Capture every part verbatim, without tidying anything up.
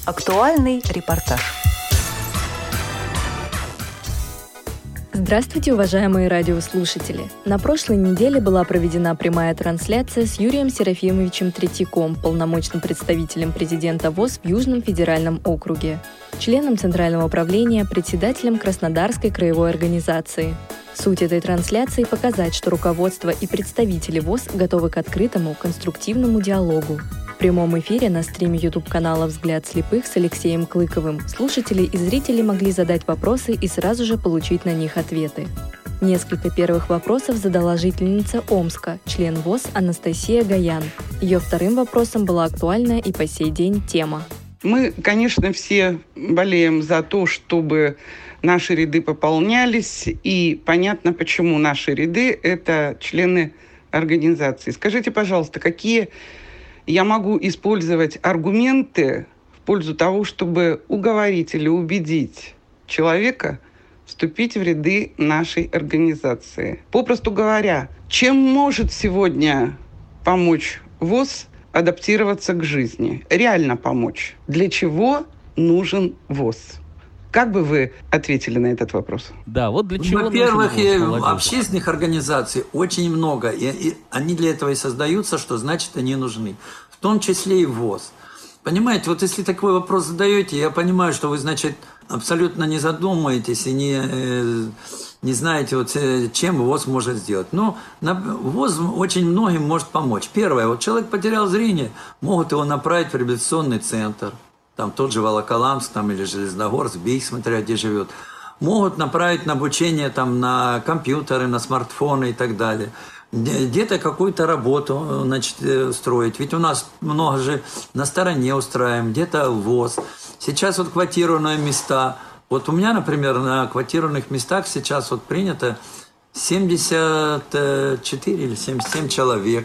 Актуальный репортаж. Здравствуйте, уважаемые радиослушатели! На прошлой неделе была проведена прямая трансляция с Юрием Серафимовичем Третьяком, полномочным представителем президента ВОС в Южном федеральном округе, членом Центрального управления, председателем Краснодарской краевой организации. Суть этой трансляции – показать, что руководство и представители ВОС готовы к открытому, конструктивному диалогу. В прямом эфире на стриме YouTube-канала «Взгляд слепых» с Алексеем Клыковым слушатели и зрители могли задать вопросы и сразу же получить на них ответы. Несколько первых вопросов задала жительница Омска, член ВОС Анастасия Гаян. Ее вторым вопросом была актуальная и по сей день тема. Мы, конечно, все болеем за то, чтобы наши ряды пополнялись, и понятно, почему наши ряды – это члены организации. Скажите, пожалуйста, какие я могу использовать аргументы в пользу того, чтобы уговорить или убедить человека вступить в ряды нашей организации? Попросту говоря, чем может сегодня помочь ВОС адаптироваться к жизни? Реально помочь. Для чего нужен ВОС? Как бы вы ответили на этот вопрос? Да, вот для чего. Во-первых, общественных организаций очень много, и, и они для этого и создаются, что значит они нужны. В том числе и ВОС. Понимаете, вот если такой вопрос задаете, я понимаю, что вы, значит, абсолютно не задумываетесь и не, не знаете, вот, чем ВОС может сделать. Но ВОС очень многим может помочь. Первое, вот человек потерял зрение, могут его направить в реабилитационный центр. Там тот же Волоколамск там, или Железногорск, Бийск, смотря где живет. Могут направить на обучение там, на компьютеры, на смартфоны и так далее. Где-то какую-то работу, значит, строить. Ведь у нас много же на стороне устраиваем, где-то ВОС. Сейчас вот квотированные места. Вот у меня, например, на квотированных местах сейчас вот принято семьдесят четыре или семьдесят семь человек.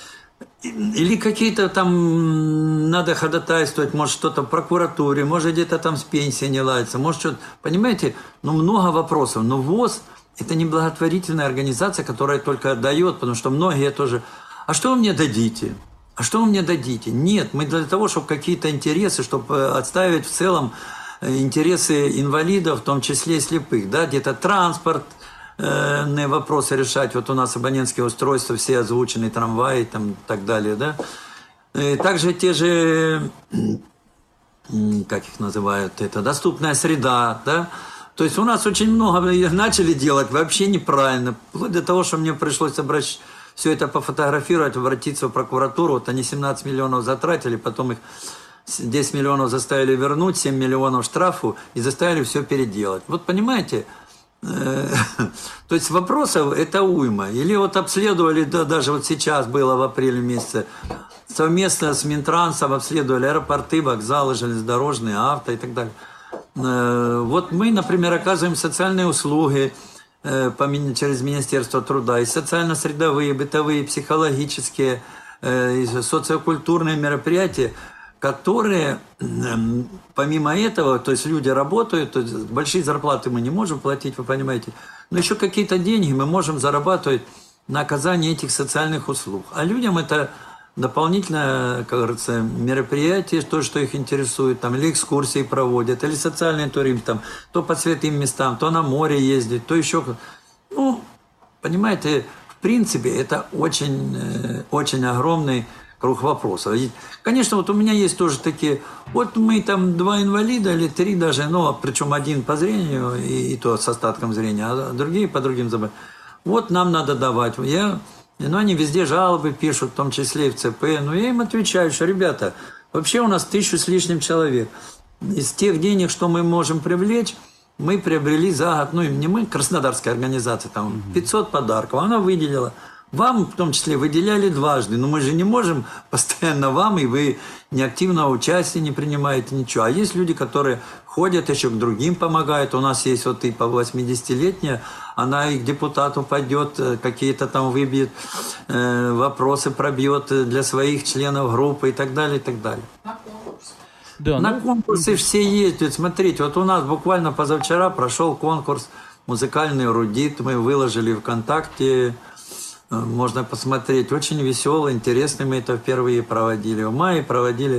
Или какие-то там надо ходатайствовать, может что-то в прокуратуре, может где-то там с пенсией не ладится, может что-то. Понимаете, ну много вопросов. Но ВОС – это не благотворительная организация, которая только отдает, потому что многие тоже. А что вы мне дадите? А что вы мне дадите? Нет, мы для того, чтобы какие-то интересы, чтобы отстаивать в целом интересы инвалидов, в том числе и слепых, да, где-то транспорт, вопросы решать. Вот у нас абонентские устройства, все озвучены, трамваи там, и так далее. Да? И также те же, как их называют, это доступная среда. Да? То есть у нас очень много начали делать вообще неправильно. Вплоть до того, что мне пришлось обращать, все это пофотографировать, обратиться в прокуратуру. Вот они семнадцать миллионов затратили, потом их десять миллионов заставили вернуть, семь миллионов штрафу и заставили все переделать. Вот понимаете, то есть вопросов это уйма. Или вот обследовали, да, даже вот сейчас было в апреле месяце, совместно с Минтрансом обследовали аэропорты, вокзалы, железнодорожные, авто и так далее. Вот мы, например, оказываем социальные услуги через Министерство труда, и социально-средовые, бытовые, психологические, и социокультурные мероприятия, которые, помимо этого, то есть люди работают, то есть большие зарплаты мы не можем платить, вы понимаете, но еще какие-то деньги мы можем зарабатывать на оказании этих социальных услуг. А людям это дополнительное, как говорится, мероприятие, то, что их интересует, там, или экскурсии проводят, или социальный туризм, там, то по святым местам, то на море ездить, то еще. Ну, понимаете, в принципе, это очень, очень огромный круг вопросов. И, конечно, вот у меня есть тоже такие, вот мы там два инвалида или три даже, ну, причем один по зрению, и, и то с остатком зрения, а другие по другим заболеваниям. Вот нам надо давать. Я, ну, они везде жалобы пишут, в том числе и в ЦП, но я им отвечаю, что, ребята, вообще у нас тысячу с лишним человек. Из тех денег, что мы можем привлечь, мы приобрели за год, ну, не мы, Краснодарская организация, там, пятьсот подарков, она выделила. Вам, в том числе, выделяли дважды, но мы же не можем постоянно вам, и вы неактивного участия не принимаете, ничего. А есть люди, которые ходят, еще к другим помогают. У нас есть вот и по восьмидесятилетняя, она и к депутату пойдет, какие-то там выбьет, э, вопросы пробьет для своих членов группы и так далее, и так далее. На конкурс. Да, На ну... конкурсы все ездят. Смотрите, вот у нас буквально позавчера прошел конкурс «Музыкальный эрудит». Мы выложили ВКонтакте. Можно посмотреть. Очень веселый, интересный. Мы это впервые проводили. В мае проводили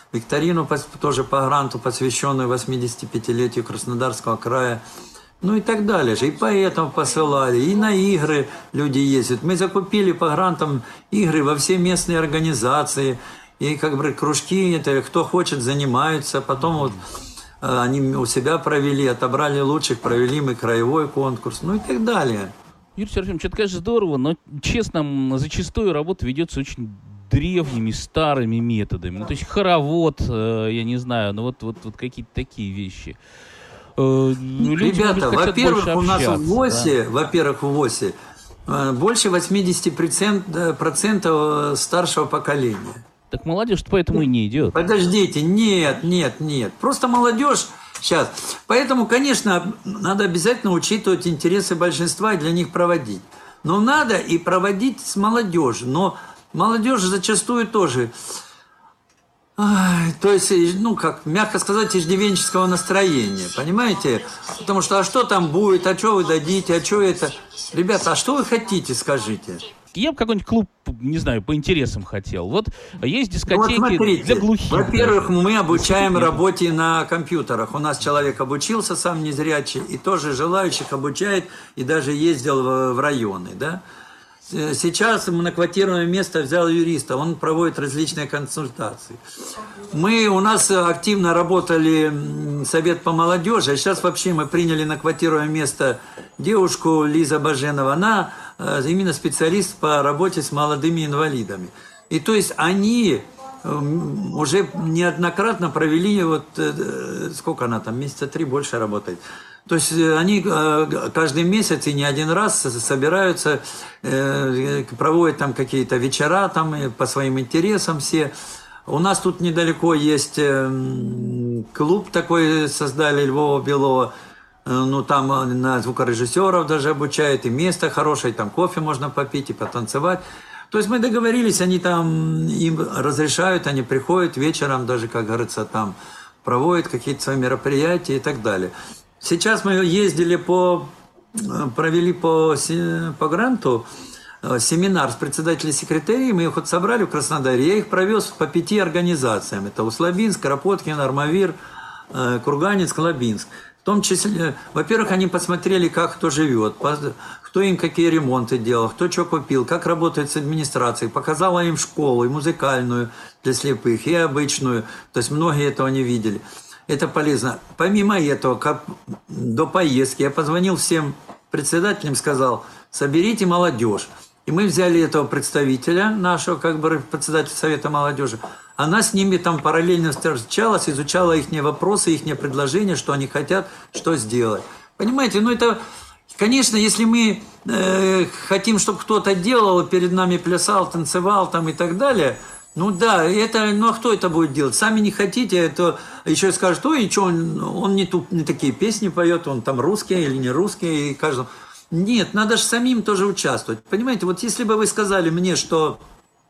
викторину тоже по гранту, посвященную восьмидесятипятилетию Краснодарского края. Ну и так далее же. И поэтов посылали, и на игры люди ездят. Мы закупили по грантам игры во все местные организации. И как бы кружки, это кто хочет, занимаются. Потом вот они у себя провели, отобрали лучших, провели мы краевой конкурс. Ну и так далее. Юрий Серафимович, это, конечно, здорово, но, честно, зачастую работа ведется очень древними, старыми методами. Ну, то есть хоровод, э, я не знаю, ну вот, вот, вот какие-то такие вещи. Люди, ребята, во-первых, у нас в ВОСе, да. во-первых, в ВОСе больше восемьдесят процентов старшего поколения. Так молодежь поэтому и не идет. Подождите, нет, нет, нет. Просто молодежь сейчас. Поэтому, конечно, надо обязательно учитывать интересы большинства и для них проводить. Но надо и проводить с молодежью. Но молодежь зачастую тоже... Ай, то есть, ну, как, мягко сказать, иждивенческого настроения, понимаете? Потому что, а что там будет, а что вы дадите, а что это? Ребята, а что вы хотите, скажите? Я бы какой-нибудь клуб, не знаю, по интересам хотел. Вот есть дискотеки ну, вот для глухих. Во-первых, даже. мы обучаем работе на компьютерах. У нас человек обучился, сам незрячий, и тоже желающих обучает, и даже ездил в, в районы, да? Сейчас на квартирное место взял юриста, он проводит различные консультации. Мы, у нас активно работали совет по молодежи, а сейчас вообще мы приняли на квартирное место девушку Лиза Баженова. Она именно специалист по работе с молодыми инвалидами. И то есть они уже неоднократно провели, вот сколько она там, месяца три больше работает. То есть они каждый месяц и не один раз собираются, проводят там какие-то вечера там, по своим интересам все. У нас тут недалеко есть клуб такой, создали Львова Белова. Ну, там на звукорежиссеров даже обучают, и место хорошее, и там кофе можно попить, и потанцевать. То есть мы договорились, они там, им разрешают, они приходят вечером, даже, как говорится, там проводят какие-то свои мероприятия и так далее. Сейчас мы ездили по, провели по, по гранту семинар с председателем секретарей, мы их вот собрали в Краснодаре, я их провез по пяти организациям. Это Услабинск, Кропоткин, Армавир, Курганинск, Лабинск. В том числе, во-первых, они посмотрели, как кто живет, кто им какие ремонты делал, кто что купил, как работает с администрацией. Показала им школу, и музыкальную для слепых, и обычную. То есть многие этого не видели. Это полезно. Помимо этого, как до поездки я позвонил всем председателям, сказал, соберите молодежь. И мы взяли этого представителя, нашего как бы председателя Совета молодежи. Она с ними там параллельно встречалась, изучала их вопросы, их предложения, что они хотят, что сделать. Понимаете, ну это, конечно, если мы э, хотим, чтобы кто-то делал, перед нами плясал, танцевал там и так далее, ну да, это, ну а кто это будет делать? Сами не хотите, это еще скажут, ой, и что, он, он не, ту, не такие песни поет, он там русский или не русский, и каждому... Нет, надо же самим тоже участвовать. Понимаете, вот если бы вы сказали мне, что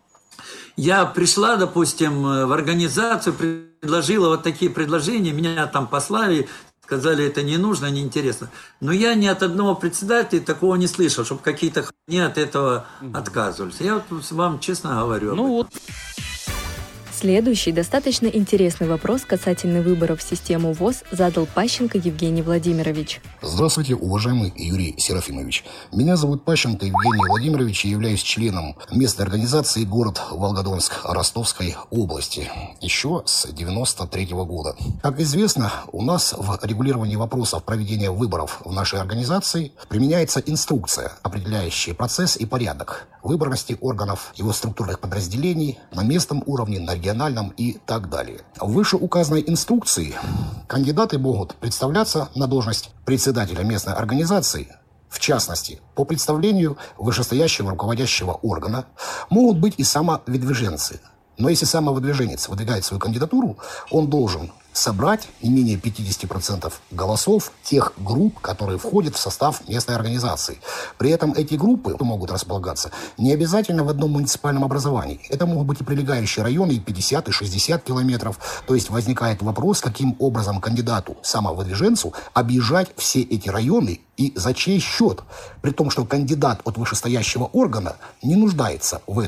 я пришла, допустим, в организацию, предложила вот такие предложения, меня там послали, сказали, это не нужно, неинтересно. Но я ни от одного председателя такого не слышал, чтобы какие-то хуйни от этого отказывались. Я вот вам честно говорю. Ну вот. Следующий достаточно интересный вопрос касательно выборов в систему ВОС задал Пащенко Евгений Владимирович. Здравствуйте, уважаемый Юрий Серафимович. Меня зовут Пащенко Евгений Владимирович, и являюсь членом местной организации город Волгодонск Ростовской области еще с девяносто третьего года. Как известно, у нас в регулировании вопросов проведения выборов в нашей организации применяется инструкция, определяющая процесс и порядок выборности органов, его структурных подразделений на местном уровне, на региональном и так далее. В вышеуказанной инструкции кандидаты могут представляться на должность председателя местной организации, в частности, по представлению вышестоящего руководящего органа, могут быть и самовыдвиженцы. Но если самовыдвиженец выдвигает свою кандидатуру, он должен собрать не менее пятьдесят процентов голосов тех групп, которые входят в состав местной организации. При этом эти группы могут располагаться не обязательно в одном муниципальном образовании. Это могут быть и прилегающие районы, и пятьдесят, и шестьдесят километров. То есть возникает вопрос, каким образом кандидату, самовыдвиженцу, объезжать все эти районы и за чей счет. При том, что кандидат от вышестоящего органа не нуждается в этом.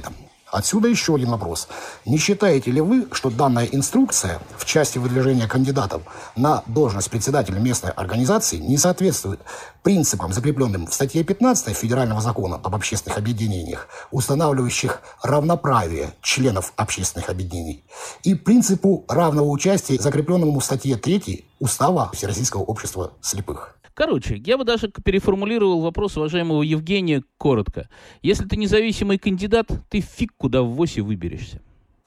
Отсюда еще один вопрос. Не считаете ли вы, что данная инструкция в части выдвижения кандидатов на должность председателя местной организации не соответствует принципам, закрепленным в статье пятнадцатой Федерального закона об общественных объединениях, устанавливающих равноправие членов общественных объединений, и принципу равного участия, закрепленному в статье третьей Устава Всероссийского общества слепых? Короче, я бы даже переформулировал вопрос уважаемого Евгения коротко. Если ты независимый кандидат, ты фиг куда в ВОСе выберешься.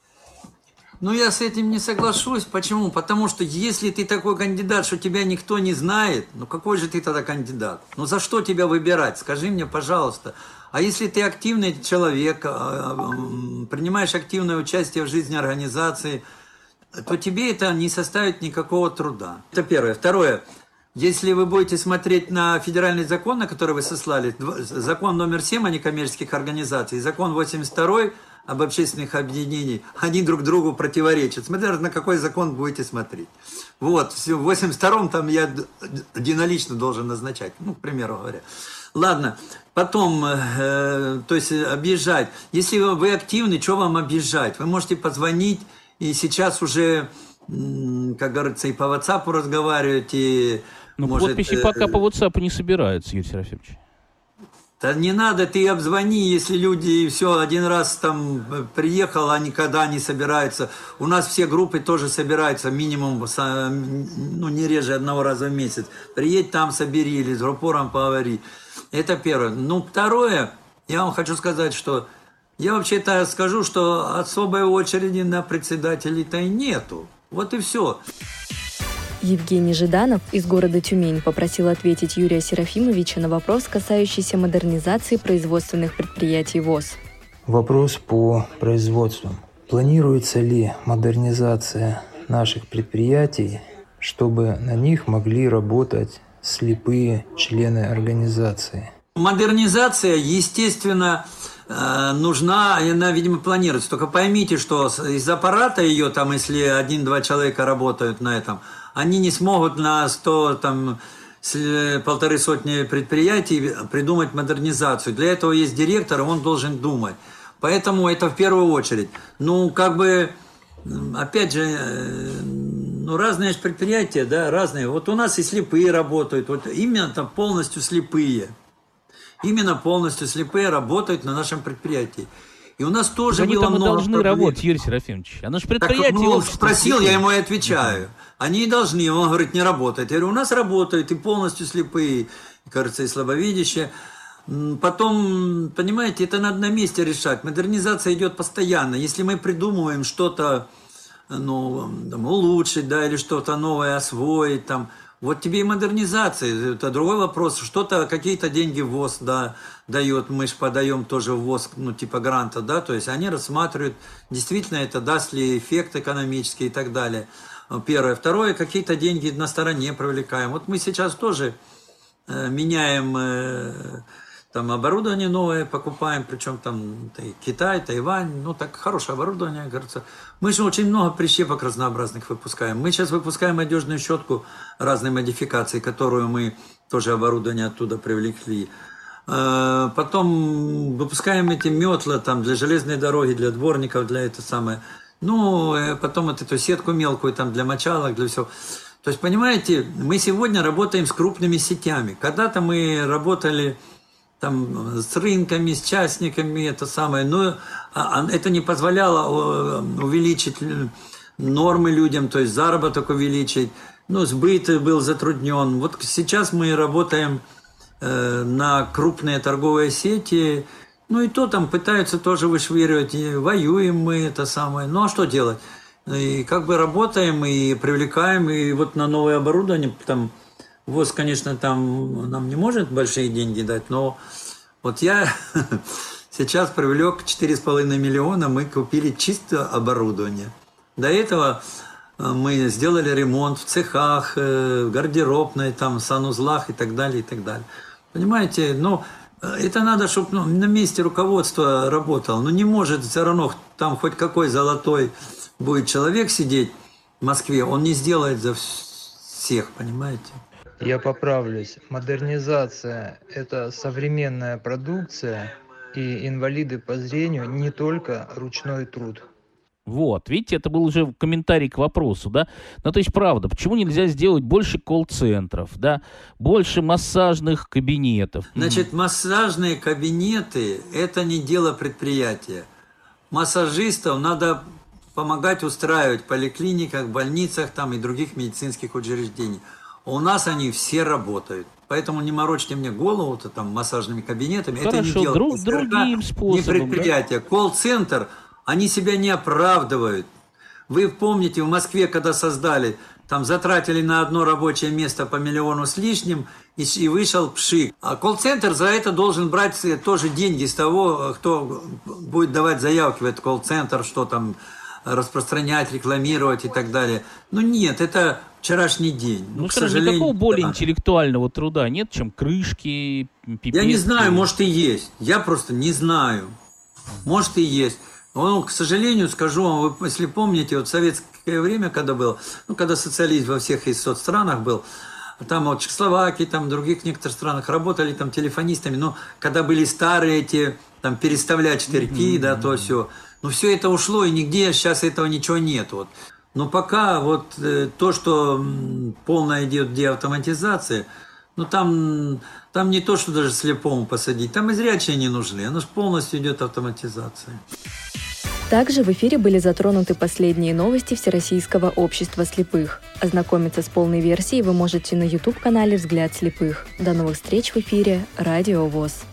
Ну, я с этим не соглашусь. Почему? Потому что если ты такой кандидат, что тебя никто не знает, ну какой же ты тогда кандидат? Ну за что тебя выбирать? Скажи мне, пожалуйста. А если ты активный человек, принимаешь активное участие в жизни организации, то тебе это не составит никакого труда. Это первое. Второе. Если вы будете смотреть на федеральный закон, на который вы сослали, закон номер семь о некоммерческих организациях, закон восемьдесят второй об общественных объединениях, они друг другу противоречат. Смотря на какой закон будете смотреть. Вот, в восемьдесят втором там я единолично должен назначать, ну, к примеру говоря. Ладно, потом, э, то есть объезжать. Если вы активны, что вам объезжать? Вы можете позвонить, и сейчас уже, как говорится, и по WhatsApp разговаривать, и... Ну, может, подписи э, пока по WhatsApp не собираются, Юрий Серафимович. Да не надо, ты обзвони, если люди все один раз там приехал, а никогда не собираются. У нас все группы тоже собираются минимум, ну не реже одного раза в месяц. Приедь там, собери, или с рупором поговори. Это первое. Ну, второе, я вам хочу сказать, что я вообще-то скажу, что особой очереди на председателей-то и нету. Вот и все. Евгений Жиданов из города Тюмень попросил ответить Юрия Серафимовича на вопрос, касающийся модернизации производственных предприятий ВОС. Вопрос по производству. Планируется ли модернизация наших предприятий, чтобы на них могли работать слепые члены организации? Модернизация, естественно, нужна, и она, видимо, планируется. Только поймите, что из аппарата ее, там, если один-два человека работают на этом, они не смогут на сто, там, полторы сотни предприятий придумать модернизацию. Для этого есть директор, и он должен думать. Поэтому это в первую очередь. Ну, как бы, опять же, ну, разные предприятия, да, разные. Вот у нас и слепые работают, вот именно там полностью слепые. Именно полностью слепые работают на нашем предприятии. И у нас тоже они было там много должны проблем. работать, Юрий Серафимович. Оно же предприятие. Так, ну, он спросил, слепые. Я ему и отвечаю. Они и должны, он говорит, не работает. Я говорю, у нас работают и полностью слепые, кажется, и слабовидящие. Потом, понимаете, это надо на месте решать. Модернизация идет постоянно. Если мы придумываем что-то, ну, там, улучшить, да, или что-то новое освоить, там, вот тебе и модернизация. Это другой вопрос. Что-то, какие-то деньги в ВОС, да, дает. Мы же подаем тоже в ВОС, ну, типа гранта, да. То есть они рассматривают, действительно это даст ли эффект экономический и так далее. Первое. Второе, какие-то деньги на стороне привлекаем. Вот мы сейчас тоже э, меняем э, там оборудование новое, покупаем, причем там Китай, Тайвань, ну так хорошее оборудование, кажется. Мы же очень много прищепок разнообразных выпускаем. Мы сейчас выпускаем одежную щетку разной модификации, которую мы тоже оборудование оттуда привлекли. Э, потом выпускаем эти метла там для железной дороги, для дворников, для этого самое. Ну, потом вот эту сетку мелкую там для мочалок, для всего. То есть, понимаете, мы сегодня работаем с крупными сетями. Когда-то мы работали там с рынками, с частниками, это самое. Но это не позволяло увеличить нормы людям, то есть заработок увеличить. Ну, сбыт был затруднен. Вот сейчас мы работаем на крупные торговые сети. Ну и то там пытаются тоже вышвыривать, и воюем мы, это самое. Ну а что делать? И как бы работаем, и привлекаем, и вот на новое оборудование, там, ВОС, конечно, там нам не может большие деньги дать, но вот я сейчас привлек четыре с половиной миллиона, мы купили чисто оборудование. До этого мы сделали ремонт в цехах, в гардеробной, там, санузлах и так далее, и так далее. Понимаете, ну... Это надо, чтобы ну, на месте руководства работало. Но не может все равно там хоть какой золотой будет человек сидеть в Москве, он не сделает за всех, понимаете? Я поправлюсь. Модернизация – это современная продукция, и инвалиды по зрению не только ручной труд. Вот, видите, это был уже комментарий к вопросу, да? Ну, то есть, правда, почему нельзя сделать больше колл-центров, да? Больше массажных кабинетов? Значит, mm-hmm. массажные кабинеты – это не дело предприятия. Массажистов надо помогать устраивать в поликлиниках, больницах там и других медицинских учреждениях. У нас они все работают. Поэтому не морочьте мне голову-то там массажными кабинетами. Хорошо, это не дело друг, другим способом. Не предприятие. Да? Колл-центр – они себя не оправдывают. Вы помните, в Москве, когда создали, там затратили на одно рабочее место по миллиону с лишним, и, и вышел пшик. А колл-центр за это должен брать тоже деньги с того, кто будет давать заявки в этот колл-центр, что там распространять, рекламировать и так далее. Ну нет, это вчерашний день. Ну, к скажем, сожалению, никакого более да. интеллектуального труда нет, чем крышки, пипетки. Я не знаю, может и есть. Я просто не знаю. Может и есть. Ну, к сожалению, скажу вам, вы, если помните, вот в советское время, когда был, ну, когда социализм во всех из соцстранах был, там вот в Чехословакии, там в других некоторых странах работали там телефонистами, но когда были старые эти, там, переставлять штырьки, mm-hmm. да, то все, ну, все это ушло, и нигде сейчас этого ничего нет, вот. Но пока вот э, то, что м, полная идет деавтоматизация, ну, там, там не то, что даже слепому посадить, там и зрячие не нужны, оно же полностью идет автоматизация. Также в эфире были затронуты последние новости Всероссийского общества слепых. Ознакомиться с полной версией вы можете на YouTube-канале «Взгляд слепых». До новых встреч в эфире Радио ВОС.